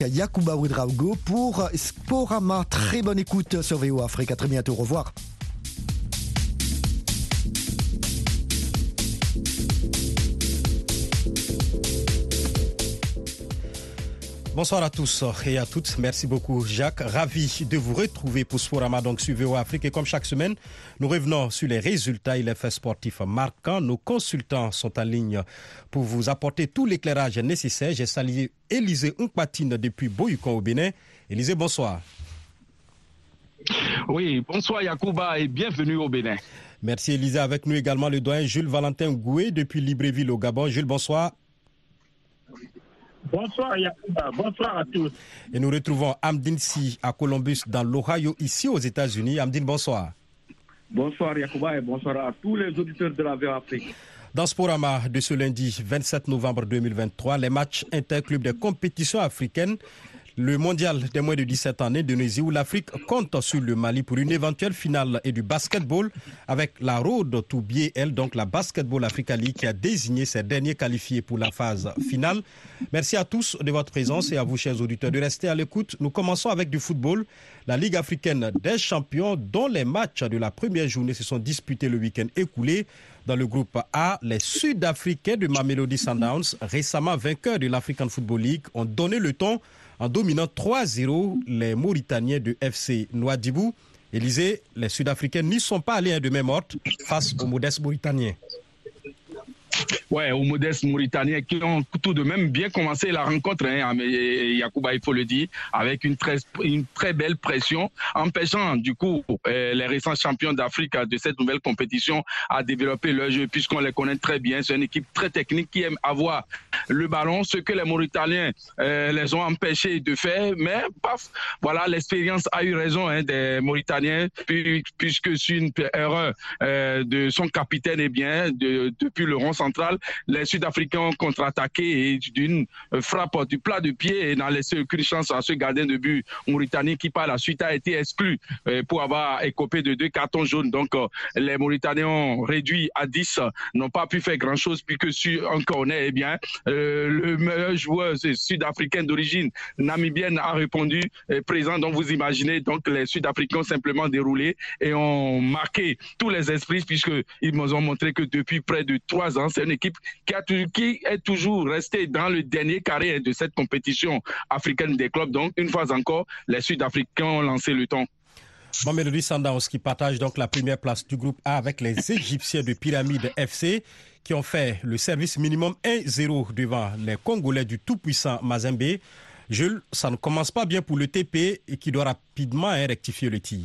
Yacouba Ouedraogo pour Sporama. Très bonne écoute sur VO Afrique. À très bientôt. Au revoir. Bonsoir à tous et à toutes. Merci beaucoup Jacques. Ravi de vous retrouver pour Sporama donc sur VOA Afrique. Et comme chaque semaine, nous revenons sur les résultats et les faits sportifs marquants. Nos consultants sont en ligne pour vous apporter tout l'éclairage nécessaire. J'ai salué Élisée Nkpatine depuis Boyukon au Bénin. Élisée, bonsoir. Oui, bonsoir Yacouba et bienvenue au Bénin. Merci Élisée. Avec nous également le doyen Jules Valentin Goué depuis Libreville au Gabon. Jules, bonsoir. Bonsoir Yacouba, bonsoir à tous. Et nous retrouvons Amdine Si à Columbus dans l'Ohio, ici aux États-Unis. Amdine, bonsoir. Bonsoir Yacouba et bonsoir à tous les auditeurs de la VOA Afrique. Dans Sporama de ce lundi 27 novembre 2023, les matchs interclubs des compétitions africaines, le mondial des moins de 17 ans en Indonésie où l'Afrique compte sur le Mali pour une éventuelle finale et du basketball avec la Road to BAL, donc la Basketball Africa League qui a désigné ses derniers qualifiés pour la phase finale. Merci à tous de votre présence et à vous chers auditeurs de rester à l'écoute. Nous commençons avec du football. La Ligue africaine des champions dont les matchs de la première journée se sont disputés le week-end écoulé. Dans le groupe A, les Sud-Africains de Mamelodi Sundowns, récemment vainqueurs de l'African Football League, ont donné le ton en dominant 3-0 les Mauritaniens de FC Nouadhibou. Élisée, les Sud-Africains n'y sont pas allés de main morte face aux modestes Mauritaniens. Ouais, aux modestes Mauritaniens qui ont tout de même bien commencé la rencontre, Yacouba, il faut le dire, avec une très belle pression, empêchant du coup les récents champions d'Afrique de cette nouvelle compétition à développer leur jeu, puisqu'on les connaît très bien. C'est une équipe très technique qui aime avoir le ballon, ce que les Mauritaniens les ont empêchés de faire, mais paf, voilà, l'expérience a eu raison des Mauritaniens, puisque sur une erreur de son capitaine, depuis le rond central, les Sud-Africains ont contre-attaqué et d'une frappe du plat de pied et n'a laissé aucune chance à ce gardien de but mauritanien qui par la suite a été exclu pour avoir écopé de 2 cartons jaunes. Donc les Mauritaniens ont réduit à 10, n'ont pas pu faire grand-chose puisque sur un corner, le meilleur joueur sud-africain d'origine namibienne a répondu présent. Donc vous imaginez, donc les Sud-Africains ont simplement déroulé et ont marqué tous les esprits puisqu'ils nous ont montré que depuis près de 3 ans, c'est une équipe qui est toujours restée dans le dernier carré de cette compétition africaine des clubs. Donc, une fois encore, les Sud-Africains ont lancé le temps. Mamelodi Sundowns qui partage donc la première place du groupe A avec les Égyptiens de Pyramide FC qui ont fait le service minimum 1-0 devant les Congolais du tout-puissant Mazembe. Jules, ça ne commence pas bien pour le TP et qui doit rapidement rectifier le tir.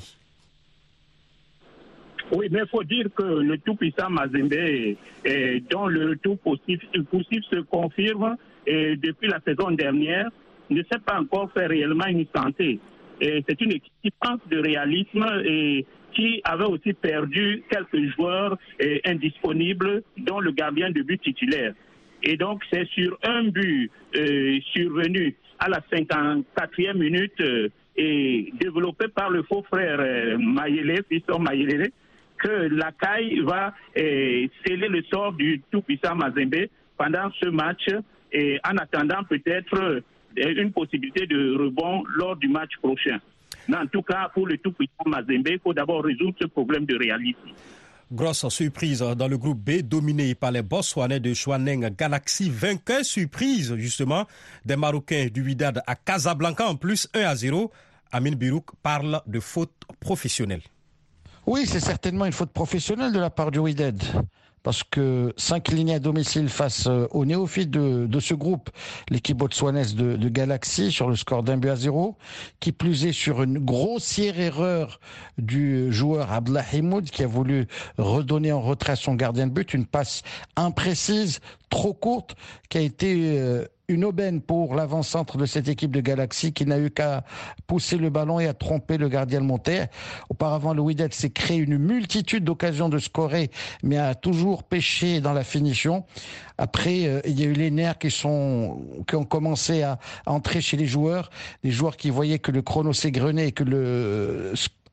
Oui, mais il faut dire que le tout-puissant Mazembe, dont le tout possible se confirme depuis la saison dernière, ne sait pas encore faire réellement une santé. C'est une équipe qui manque de réalisme et qui avait aussi perdu quelques joueurs indisponibles, dont le gardien de but titulaire. Et donc, c'est sur un but survenu à la 54e minute et développé par le faux frère Mayele, Fiston Mayele, que la CAI va sceller le sort du tout-puissant Mazembe pendant ce match et en attendant peut-être une possibilité de rebond lors du match prochain. Mais en tout cas, pour le tout-puissant Mazembe, il faut d'abord résoudre ce problème de réalisme. Grosse surprise dans le groupe B, dominé par les Botswanais de Chouaneng Galaxy, vainqueur surprise justement des Marocains du Wydad à Casablanca en plus 1-0. Amin Birouk parle de faute professionnelle. Oui, c'est certainement une faute professionnelle de la part du Wydad. Parce que s'incliner à domicile face aux néophytes de ce groupe, l'équipe botswanaise de Galaxy, sur le score d'1-0, qui plus est sur une grossière erreur du joueur Abdallah Himoud, qui a voulu redonner en retrait à son gardien de but une passe imprécise, trop courte, qui a été une aubaine pour l'avant-centre de cette équipe de Galaxy qui n'a eu qu'à pousser le ballon et à tromper le gardien de Monterre. Auparavant, le Wydad s'est créé une multitude d'occasions de scorer, mais a toujours pêché dans la finition. Après, il y a eu les nerfs qui ont commencé à entrer chez les joueurs qui voyaient que le chrono s'égrenait et que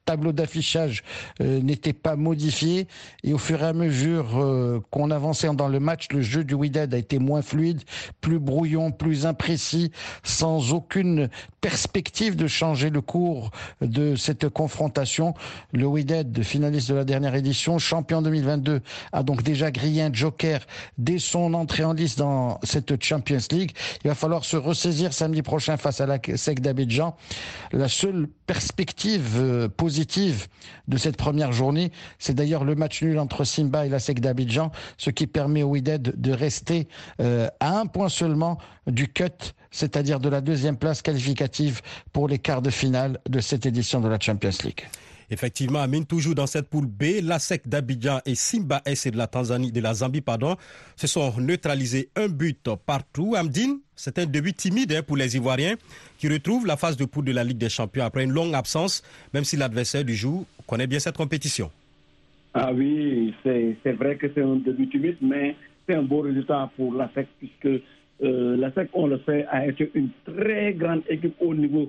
tableau d'affichage n'était pas modifié. Et au fur et à mesure qu'on avançait dans le match, le jeu du Wydad a été moins fluide, plus brouillon, plus imprécis, sans aucune perspective de changer le cours de cette confrontation. Le Wydad, finaliste de la dernière édition, champion 2022, a donc déjà grillé un joker dès son entrée en lice dans cette Champions League. Il va falloir se ressaisir samedi prochain face à la SEC d'Abidjan. La seule perspective positive de cette première journée, c'est d'ailleurs le match nul entre Simba et la SEC d'Abidjan, ce qui permet au Wydad de rester à un point seulement du cut, c'est-à-dire de la deuxième place qualificative pour les quarts de finale de cette édition de la Champions League. Effectivement, Amine, toujours dans cette poule B, la SEC d'Abidjan et Simba S de la Zambie, se sont neutralisés un but partout. Amdine, c'est un début timide pour les Ivoiriens qui retrouvent la phase de poule de la Ligue des Champions après une longue absence, même si l'adversaire du jour connaît bien cette compétition. Ah oui, c'est vrai que c'est un début timide, mais c'est un beau résultat pour la SEC, puisque la SEC, on le sait, a été une très grande équipe au niveau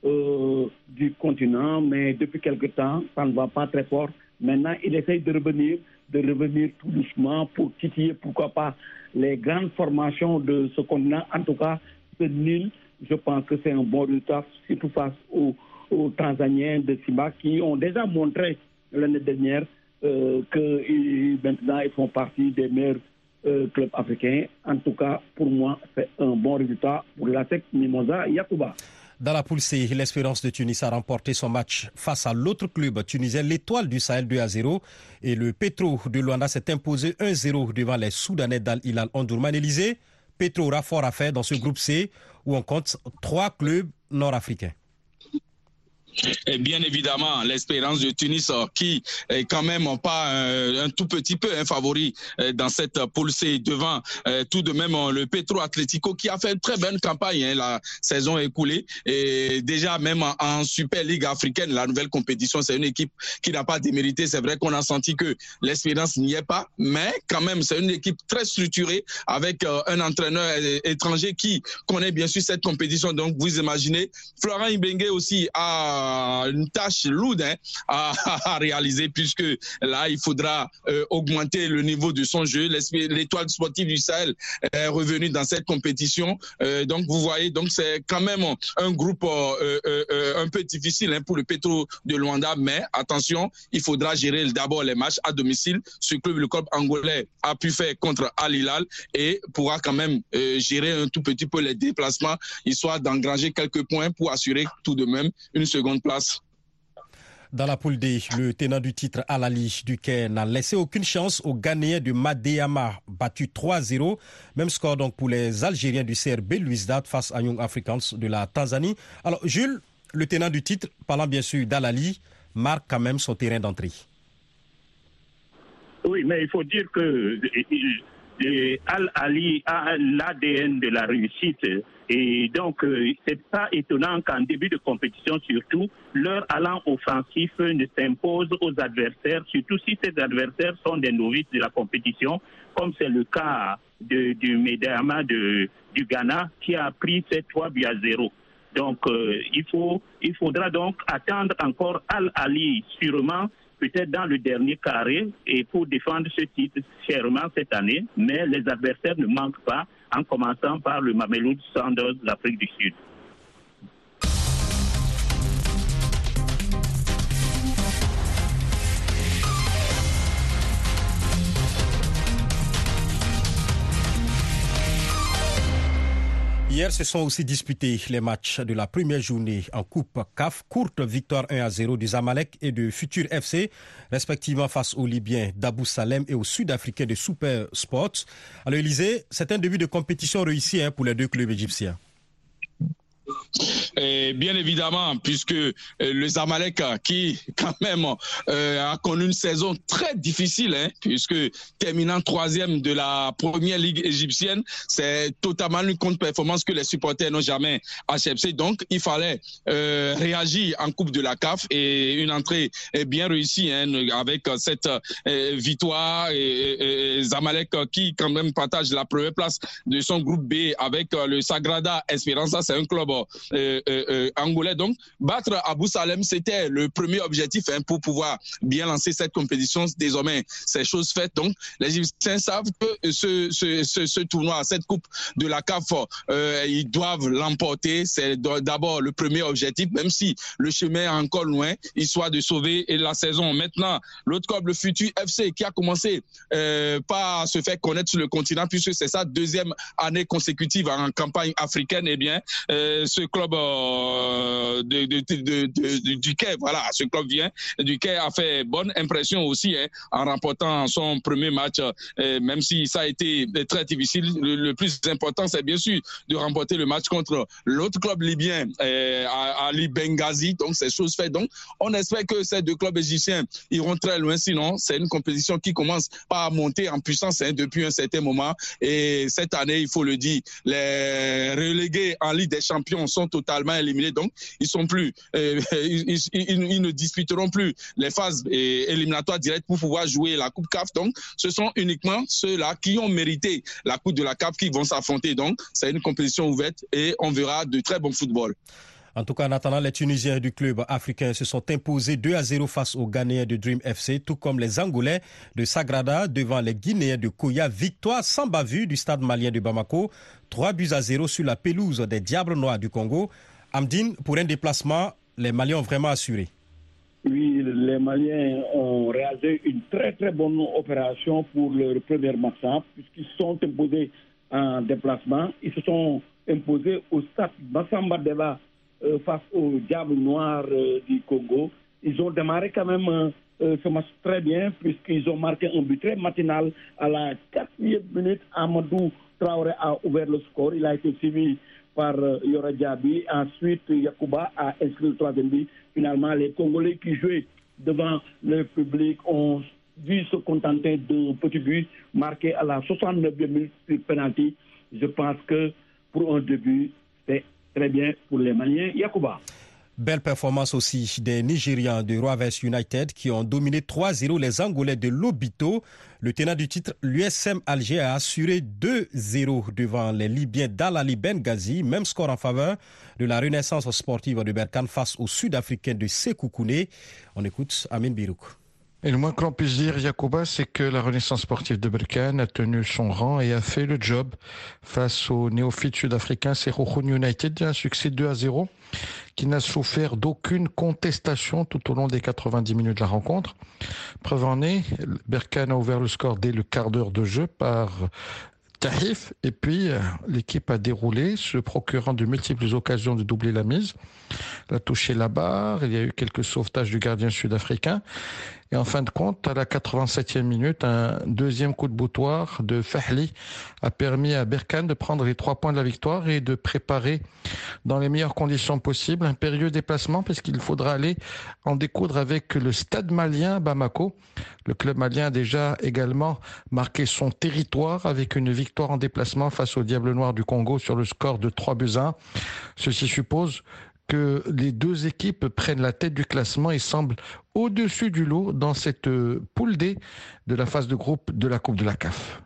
du continent, mais depuis quelque temps, ça ne va pas très fort. Maintenant, il essaye de revenir tout doucement pour titiller, pourquoi pas, les grandes formations de ce continent. En tout cas, ce nul, je pense que c'est un bon résultat, surtout face aux Tanzaniens de Simba qui ont déjà montré l'année dernière que maintenant ils font partie des meilleurs clubs africains. En tout cas, pour moi, c'est un bon résultat pour la SEC Mimosa Yacouba. Dans la poule C, l'Espérance de Tunis a remporté son match face à l'autre club tunisien, l'Étoile du Sahel 2-0. Et le Petro de Luanda s'est imposé 1-0 devant les Soudanais d'Al Hilal Omdurman. Élysée, Petro aura fort à faire dans ce groupe C où on compte 3 clubs nord-africains. Et bien évidemment, l'Espérance de Tunis qui est quand même pas un tout petit peu un favori dans cette poule C devant tout de même le Petro Atlético qui a fait une très bonne campagne la saison écoulée et déjà même en Super Ligue africaine, la nouvelle compétition, c'est une équipe qui n'a pas démérité. C'est vrai qu'on a senti que l'Espérance n'y est pas, mais quand même c'est une équipe très structurée avec un entraîneur étranger qui connaît bien sûr cette compétition. Donc vous imaginez, Florent Ibenge aussi a une tâche lourde à réaliser puisque là il faudra augmenter le niveau de son jeu. L'Étoile sportive du Sahel est revenue dans cette compétition, donc vous voyez, donc c'est quand même un groupe un peu difficile pour le Petro de Luanda, mais attention, il faudra gérer d'abord les matchs à domicile. Ce club, le club angolais, a pu faire contre Al Hilal et pourra quand même gérer un tout petit peu les déplacements, histoire d'engranger quelques points pour assurer tout de même une seconde place. Dans la poule D, le tenant du titre Al Ahly du Caire n'a laissé aucune chance aux Ghanéens de Madeyama, battu 3-0. Même score donc pour les Algériens du CRB Louizdad face à Young Africans de la Tanzanie. Alors Jules, le tenant du titre, parlant bien sûr d'Al Ahly, marque quand même son terrain d'entrée. Oui, mais il faut dire que Al Ahly a l'ADN de la réussite. Et donc, c'est pas étonnant qu'en début de compétition, surtout, leur allant offensif ne s'impose aux adversaires, surtout si ces adversaires sont des novices de la compétition, comme c'est le cas du Medeyama du Ghana, qui a pris ses 3-0. Donc, il faudra donc attendre encore Al Ahly, sûrement, peut-être dans le dernier carré, et pour défendre ce titre chèrement cette année, mais les adversaires ne manquent pas, en commençant par le Mamelodi Sundowns de l'Afrique du Sud. Hier, se sont aussi disputés les matchs de la première journée en Coupe CAF. Courte victoire 1-0 du Zamalek et de Futur FC, respectivement face aux Libyens d'Abou Salem et aux Sud-Africains de Super Sports. Alors Élysée, c'est un début de compétition réussi pour les deux clubs égyptiens. Et bien évidemment, puisque le Zamalek qui quand même a connu une saison très difficile, puisque terminant 3e de la première ligue égyptienne, c'est totalement une contre-performance que les supporters n'ont jamais acceptée. Donc il fallait réagir en Coupe de la CAF et une entrée bien réussie avec cette victoire et Zamalek qui quand même partage la première place de son groupe B avec le Sagrada Esperança. C'est un club angolais. Donc, battre Abou Salem, c'était le premier objectif pour pouvoir bien lancer cette compétition. Désormais, c'est chose faite. Donc, les Égyptiens savent que ce tournoi, cette coupe de la CAF, ils doivent l'emporter. C'est d'abord le premier objectif, même si le chemin est encore loin, histoire de sauver la saison. Maintenant, l'autre club, le Futur FC, qui a commencé par se faire connaître sur le continent, puisque c'est sa deuxième année consécutive en campagne africaine, eh bien, ce club du Caire, voilà, ce club vient du Caire, a fait bonne impression aussi en remportant son premier match, même si ça a été très difficile. Le plus important, c'est bien sûr de remporter le match contre l'autre club libyen, Ali Benghazi. Donc, c'est chose faite. Donc, on espère que ces deux clubs égyptiens iront très loin. Sinon, c'est une compétition qui commence par monter en puissance depuis un certain moment. Et cette année, il faut le dire, les relégués en Ligue des Champions sont totalement éliminés. Donc, ils ne disputeront plus les phases éliminatoires directes pour pouvoir jouer la Coupe CAF. Donc, ce sont uniquement ceux-là qui ont mérité la Coupe de la CAF qui vont s'affronter. Donc, c'est une compétition ouverte et on verra de très bons football. En tout cas, en attendant, les Tunisiens du club africain se sont imposés 2-0 face aux Ghanéens de Dream FC, tout comme les Angolais de Sagrada devant les Guinéens de Koya. Victoire sans bavure du stade malien de Bamako, 3-0 sur la pelouse des Diables Noirs du Congo. Amdine, pour un déplacement, les Maliens ont vraiment assuré. Oui, les Maliens ont réalisé une très très bonne opération pour leur premier match, puisqu'ils se sont imposés en déplacement. Ils se sont imposés au stade Bassamba Deva face aux Diables Noirs du Congo. Ils ont démarré quand même ce match très bien, puisqu'ils ont marqué un but très matinal à la 4e minute. Amadou Traoré a ouvert le score. Il a été suivi par Yora Diaby. Ensuite, Yacouba a inscrit le 3e but. Finalement, les Congolais qui jouaient devant le public ont dû se contenter d'un petit but marqué à la 69e minute sur penalty. Je pense que pour un début, c'est très bien pour les Maliens. Yacouba. Belle performance aussi des Nigérians de Rovers United qui ont dominé 3-0 les Angolais de Lobito. Le tenant du titre, l'USM Alger, a assuré 2-0 devant les Libyens d'Al-Ali Benghazi. Même score en faveur de la renaissance sportive de Berkane face aux Sud-Africains de Sékou Kouné. On écoute Amin Birouk. Et le moins que l'on puisse dire, Yacouba, c'est que la Renaissance sportive de Berkane a tenu son rang et a fait le job face aux néophytes sud-africains Sekhukhune United, un succès 2-0 qui n'a souffert d'aucune contestation tout au long des 90 minutes de la rencontre. Preuve en est, Berkane a ouvert le score dès le quart d'heure de jeu par Tahif, et puis l'équipe a déroulé, se procurant de multiples occasions de doubler la mise. Elle a touché la barre, il y a eu quelques sauvetages du gardien sud-africain. Et en fin de compte, à la 87e minute, un deuxième coup de boutoir de Fahli a permis à Berkane de prendre les 3 points de la victoire et de préparer dans les meilleures conditions possibles un périlleux déplacement, parce qu'il faudra aller en découdre avec le stade malien Bamako. Le club malien a déjà également marqué son territoire avec une victoire en déplacement face au Diable Noir du Congo sur le score de 3-1. Ceci suppose que les deux équipes prennent la tête du classement et semblent au-dessus du lot dans cette poule D de la phase de groupe de la Coupe de la CAF.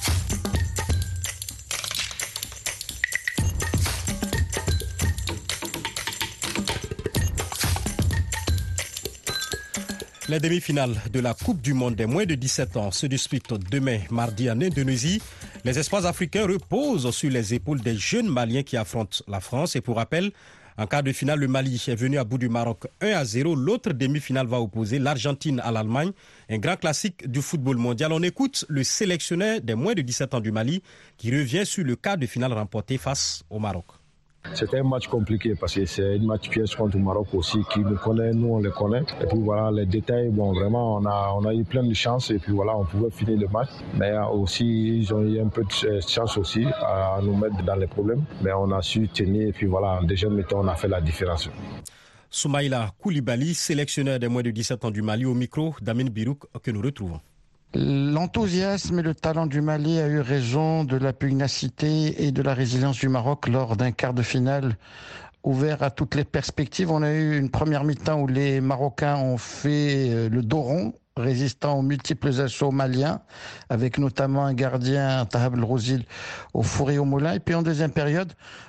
Les demi-finales de la Coupe du Monde des moins de 17 ans se disputent demain, mardi, en Indonésie. Les espoirs africains reposent sur les épaules des jeunes Maliens qui affrontent la France. Et pour rappel, en quart de finale, le Mali est venu à bout du Maroc 1-0. L'autre demi-finale va opposer l'Argentine à l'Allemagne, un grand classique du football mondial. On écoute le sélectionneur des moins de 17 ans du Mali qui revient sur le quart de finale remporté face au Maroc. C'était un match compliqué parce que c'est un match piège contre le Maroc aussi qui nous connaît, nous on les connaît. Et puis voilà, les détails, bon vraiment on a eu plein de chance et puis voilà, on pouvait finir le match. Mais aussi ils ont eu un peu de chance aussi à nous mettre dans les problèmes. Mais on a su tenir et puis voilà, en deuxième mi-temps on a fait la différence. Soumaïla Koulibaly, sélectionneur des moins de 17 ans du Mali, au micro d'Amin Birouk que nous retrouvons. L'enthousiasme et le talent du Mali a eu raison de la pugnacité et de la résilience du Maroc lors d'un quart de finale ouvert à toutes les perspectives. On a eu une première mi-temps où les Marocains ont fait le dos rond, résistant aux multiples assauts maliens, avec notamment un gardien, Tahab El Rouzil, au four et au moulin. Et puis en deuxième période,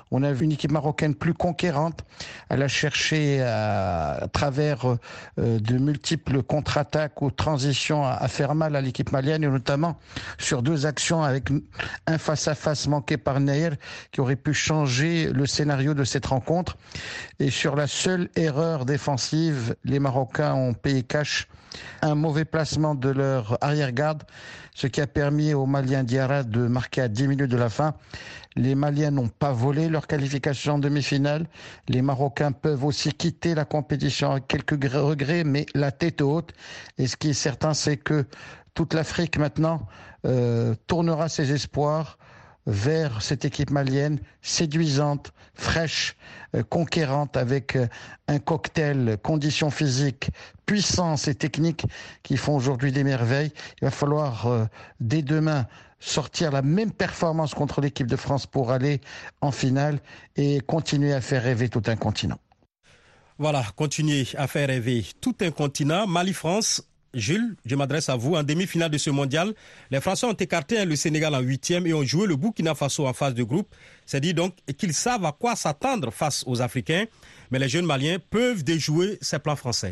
On a vu une équipe marocaine plus conquérante. Elle a cherché à travers de multiples contre-attaques ou transitions à faire mal à l'équipe malienne, et notamment sur 2 actions avec un face-à-face manqué par Nair qui aurait pu changer le scénario de cette rencontre. Et sur la seule erreur défensive, les Marocains ont payé cash un mauvais placement de leur arrière-garde, ce qui a permis aux Maliens Diarra de marquer à 10 minutes de la fin. Les Maliens n'ont pas volé leur qualification en demi-finale. Les Marocains peuvent aussi quitter la compétition avec quelques regrets, mais la tête haute. Et ce qui est certain, c'est que toute l'Afrique maintenant tournera ses espoirs vers cette équipe malienne séduisante, fraîche, conquérante, avec un cocktail conditions physiques, puissance et technique qui font aujourd'hui des merveilles. Il va falloir dès demain sortir la même performance contre l'équipe de France pour aller en finale et continuer à faire rêver tout un continent. Voilà, continuer à faire rêver tout un continent. Mali-France. Jules, je m'adresse à vous. En demi-finale de ce mondial, les Français ont écarté le Sénégal en 8e et ont joué le Burkina Faso en phase de groupe. C'est dire donc qu'ils savent à quoi s'attendre face aux Africains. Mais les jeunes Maliens peuvent déjouer ces plans français.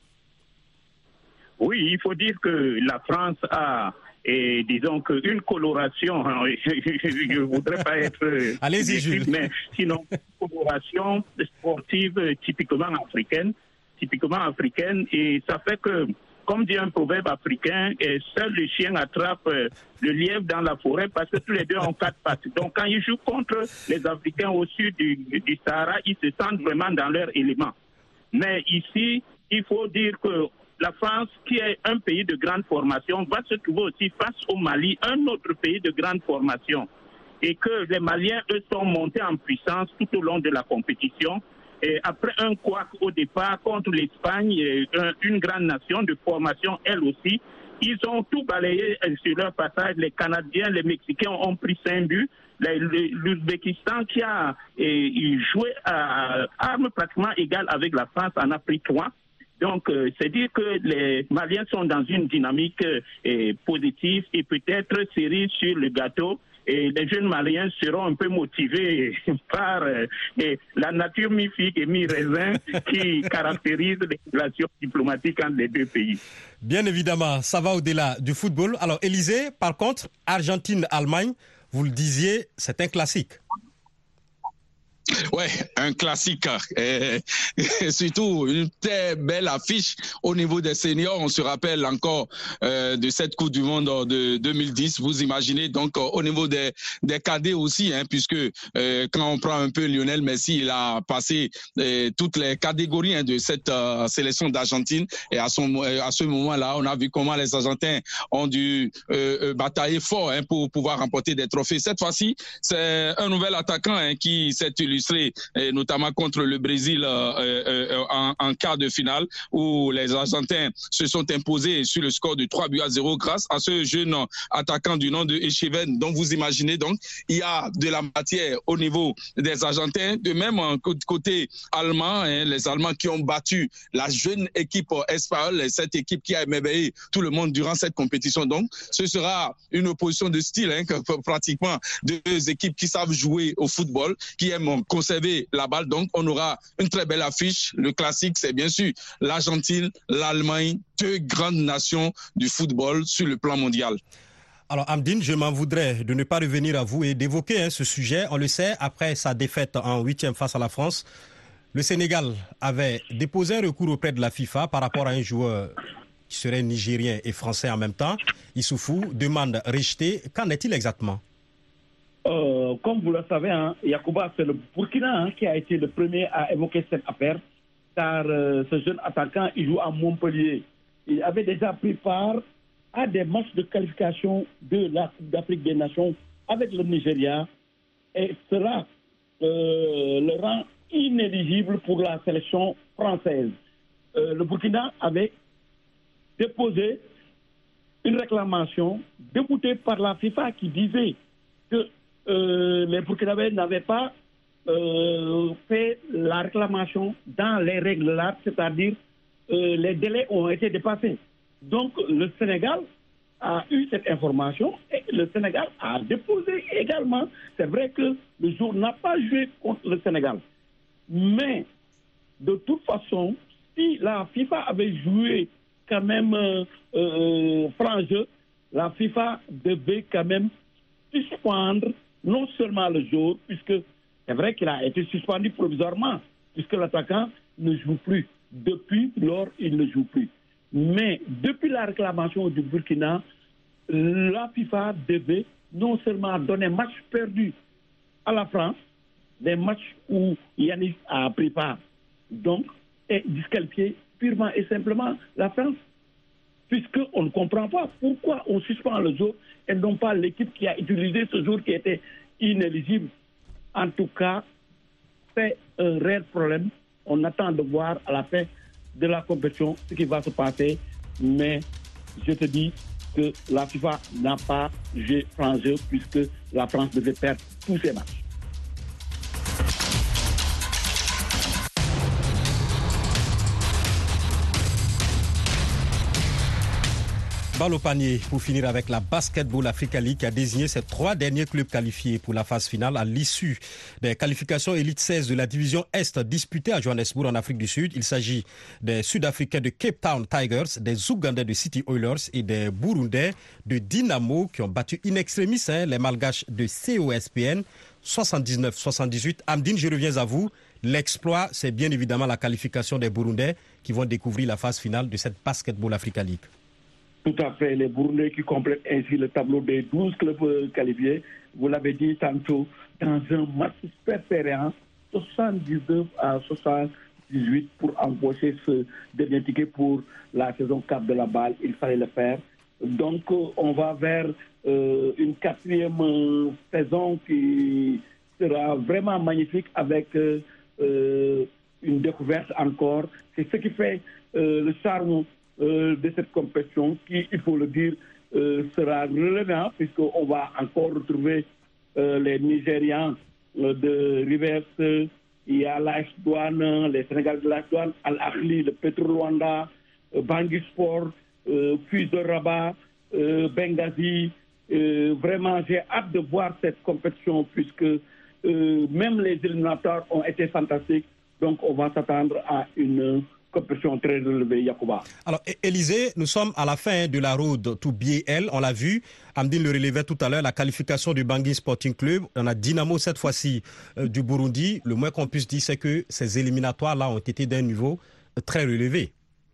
Oui, il faut dire que la France a, disons qu'une coloration, je ne voudrais pas être... Allez-y, Jules. Mais sinon, une coloration sportive typiquement africaine, et ça fait que, comme dit un proverbe africain, seul le chien attrape le lièvre dans la forêt parce que tous les deux ont 4 pattes. Donc quand ils jouent contre les Africains au sud du Sahara, ils se sentent vraiment dans leur élément. Mais ici, il faut dire que la France, qui est un pays de grande formation, va se trouver aussi face au Mali, un autre pays de grande formation. Et que les Maliens, eux, sont montés en puissance tout au long de la compétition. Et après un couac au départ contre l'Espagne, une grande nation de formation, elle aussi, ils ont tout balayé sur leur passage. Les Canadiens, les Mexicains ont pris 5 buts. L'Ouzbékistan qui a joué à armes pratiquement égales avec la France en a pris 3. Donc, c'est dire que les Maliens sont dans une dynamique positive et peut-être cerise sur le gâteau. Et les jeunes Maliens seront un peu motivés par la nature mi-figue et mi-raisin qui caractérise les relations diplomatiques entre les deux pays. Bien évidemment, ça va au-delà du football. Alors, Élisée, par contre, Argentine-Allemagne, vous le disiez, c'est un classique. Ouais, un classique. Surtout une très belle affiche au niveau des seniors. On se rappelle encore de cette Coupe du Monde de 2010. Vous imaginez donc au niveau des cadets aussi, puisque quand on prend un peu Lionel Messi, il a passé toutes les catégories de cette sélection d'Argentine. Et à ce moment-là, on a vu comment les Argentins ont dû batailler fort pour pouvoir remporter des trophées. Cette fois-ci, c'est un nouvel attaquant qui s'est illustré, notamment contre le Brésil en quart de finale, où les Argentins se sont imposés sur le score de 3-0 grâce à ce jeune attaquant du nom de Echeven. Donc vous imaginez, donc il y a de la matière au niveau des Argentins, de même côté allemand, les Allemands qui ont battu la jeune équipe espagnole, cette équipe qui a émerveillé tout le monde durant cette compétition. Donc ce sera une opposition de style, pratiquement deux équipes qui savent jouer au football, qui aiment conserver la balle. Donc on aura une très belle affiche. Le classique, c'est bien sûr l'Argentine, l'Allemagne, 2 grandes nations du football sur le plan mondial. Alors Amdine, je m'en voudrais de ne pas revenir à vous et d'évoquer ce sujet. On le sait, après sa défaite en 8e face à la France, le Sénégal avait déposé un recours auprès de la FIFA par rapport à un joueur qui serait nigérien et français en même temps. Issoufou, demande rejetée. Qu'en est-il exactement ? Comme vous le savez, Yacouba, c'est le Burkina qui a été le premier à évoquer cette affaire, car ce jeune attaquant, il joue à Montpellier. Il avait déjà pris part à des matchs de qualification de la Coupe d'Afrique des Nations avec le Nigeria, et cela le rend inéligible pour la sélection française. Le Burkina avait déposé une réclamation déboutée par la FIFA qui disait que les Burkinabés n'avaient pas fait la réclamation dans les règles là, c'est-à-dire les délais ont été dépassés. Donc le Sénégal a eu cette information et le Sénégal a déposé également. C'est vrai que le jour n'a pas joué contre le Sénégal. Mais de toute façon, si la FIFA avait joué quand même franc jeu, la FIFA devait quand même suspendre non seulement le jour, puisque c'est vrai qu'il a été suspendu provisoirement, puisque l'attaquant ne joue plus. Depuis lors, il ne joue plus. Mais depuis la réclamation du Burkina, la FIFA devait non seulement donner match perdu à la France, des matchs où Yanis a pris part, donc, et disqualifier purement et simplement la France, puisqu'on ne comprend pas pourquoi on suspend le jour et non pas l'équipe qui a utilisé ce jour qui était inéligible. En tout cas, c'est un réel problème. On attend de voir à la fin de la compétition ce qui va se passer, mais je te dis que la FIFA n'a pas joué franc jeu puisque la France devait perdre tous ses matchs. Balle au panier pour finir avec la Basketball Africa League qui a désigné ses 3 derniers clubs qualifiés pour la phase finale à l'issue des qualifications Elite 16 de la division Est disputée à Johannesburg en Afrique du Sud. Il s'agit des Sud-Africains de Cape Town Tigers, des Ougandais de City Oilers et des Burundais de Dynamo qui ont battu in extremis les Malgaches de COSPN 79-78. Amdine, je reviens à vous. L'exploit, c'est bien évidemment la qualification des Burundais qui vont découvrir la phase finale de cette Basketball Africa League. Tout à fait, les Burundais qui complètent ainsi le tableau des 12 clubs qualifiés. Vous l'avez dit tantôt, dans un match spectaculaire, 79-78 pour empocher ce dernier ticket pour la saison 4 de la balle. Il fallait le faire. Donc, on va vers une 4e saison qui sera vraiment magnifique avec une découverte encore. C'est ce qui fait le charme de cette compétition qui, il faut le dire, sera relevant puisqu'on va encore retrouver les Nigérians de Rivers, il y a l'AS Douane, les Sénégalais de l'AS Douane, Al-Ahli, le Petro Rwanda, Bangui Sport, Fuse de Rabat, Benghazi. Vraiment, j'ai hâte de voir cette compétition puisque même les éliminatoires ont été fantastiques. Donc, on va s'attendre à une compétition très relevée, Yacouba. Alors, Élisée, nous sommes à la fin de la road to BL. On l'a vu, Amdine le relevait tout à l'heure, la qualification du Bangui Sporting Club. On a Dynamo cette fois-ci du Burundi. Le moins qu'on puisse dire, c'est que ces éliminatoires-là ont été d'un niveau très relevé.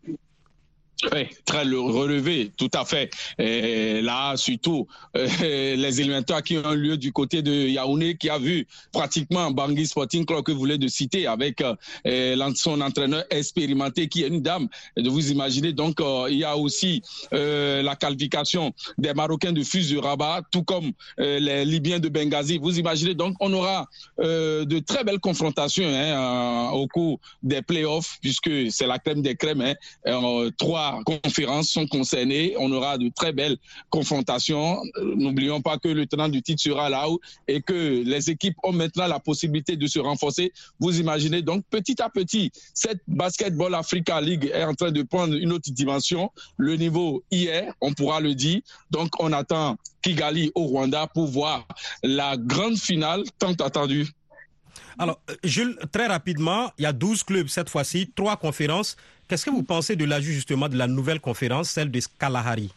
Oui, très relevé, tout à fait. Et là, surtout, les éliminatoires qui ont lieu du côté de Yaoundé, qui a vu pratiquement Bangui Sporting Club que vous voulez de citer, avec son entraîneur expérimenté qui est une dame. De vous imaginer, donc, il y a aussi la qualification des Marocains de Fuse du Rabat, tout comme les Libyens de Benghazi. Vous imaginez, donc, on aura de très belles confrontations au cours des playoffs, puisque c'est la crème des crèmes. 3 conférences sont concernées. On aura de très belles confrontations. N'oublions pas que le tenant du titre sera là et que les équipes ont maintenant la possibilité de se renforcer. Vous imaginez donc petit à petit, cette Basketball Africa League est en train de prendre une autre dimension. Le niveau hier, on pourra le dire. Donc on attend Kigali au Rwanda pour voir la grande finale tant attendue. Alors, Jules, très rapidement, il y a 12 clubs cette fois-ci, 3 conférences. Qu'est-ce que vous pensez de l'ajout justement de la nouvelle conférence, celle de Kalahari?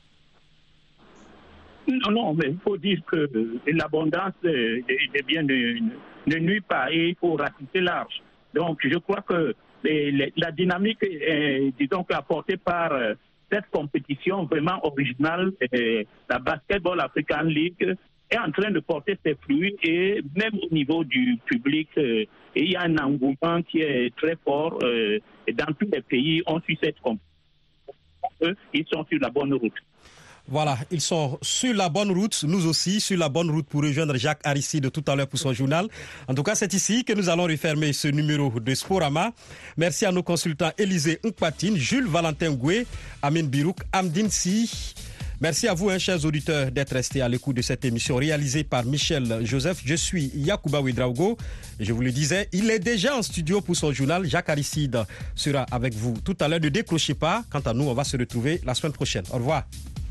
Non, mais il faut dire que l'abondance des biens ne nuit pas et il faut ratisser large. Donc, je crois que la dynamique, disons, apportée par cette compétition vraiment originale, la Basketball African League, est en train de porter ses fruits et même au niveau du public, il y a un engouement qui est très fort et dans tous les pays, on suit cette compétition. Ils sont sur la bonne route. Voilà, ils sont sur la bonne route, nous aussi sur la bonne route pour rejoindre Jacques Aristide tout à l'heure pour son journal. En tout cas, c'est ici que nous allons refermer ce numéro de Sporama. Merci à nos consultants Élisée Nkpatine, Jules Valentin Goué, Amine Birouk, Amdine Si. Merci à vous, chers auditeurs, d'être restés à l'écoute de cette émission réalisée par Michel Joseph. Je suis Yacouba Ouedraogo. Et je vous le disais, il est déjà en studio pour son journal. Jacques Aristide sera avec vous tout à l'heure. Ne décrochez pas. Quant à nous, on va se retrouver la semaine prochaine. Au revoir.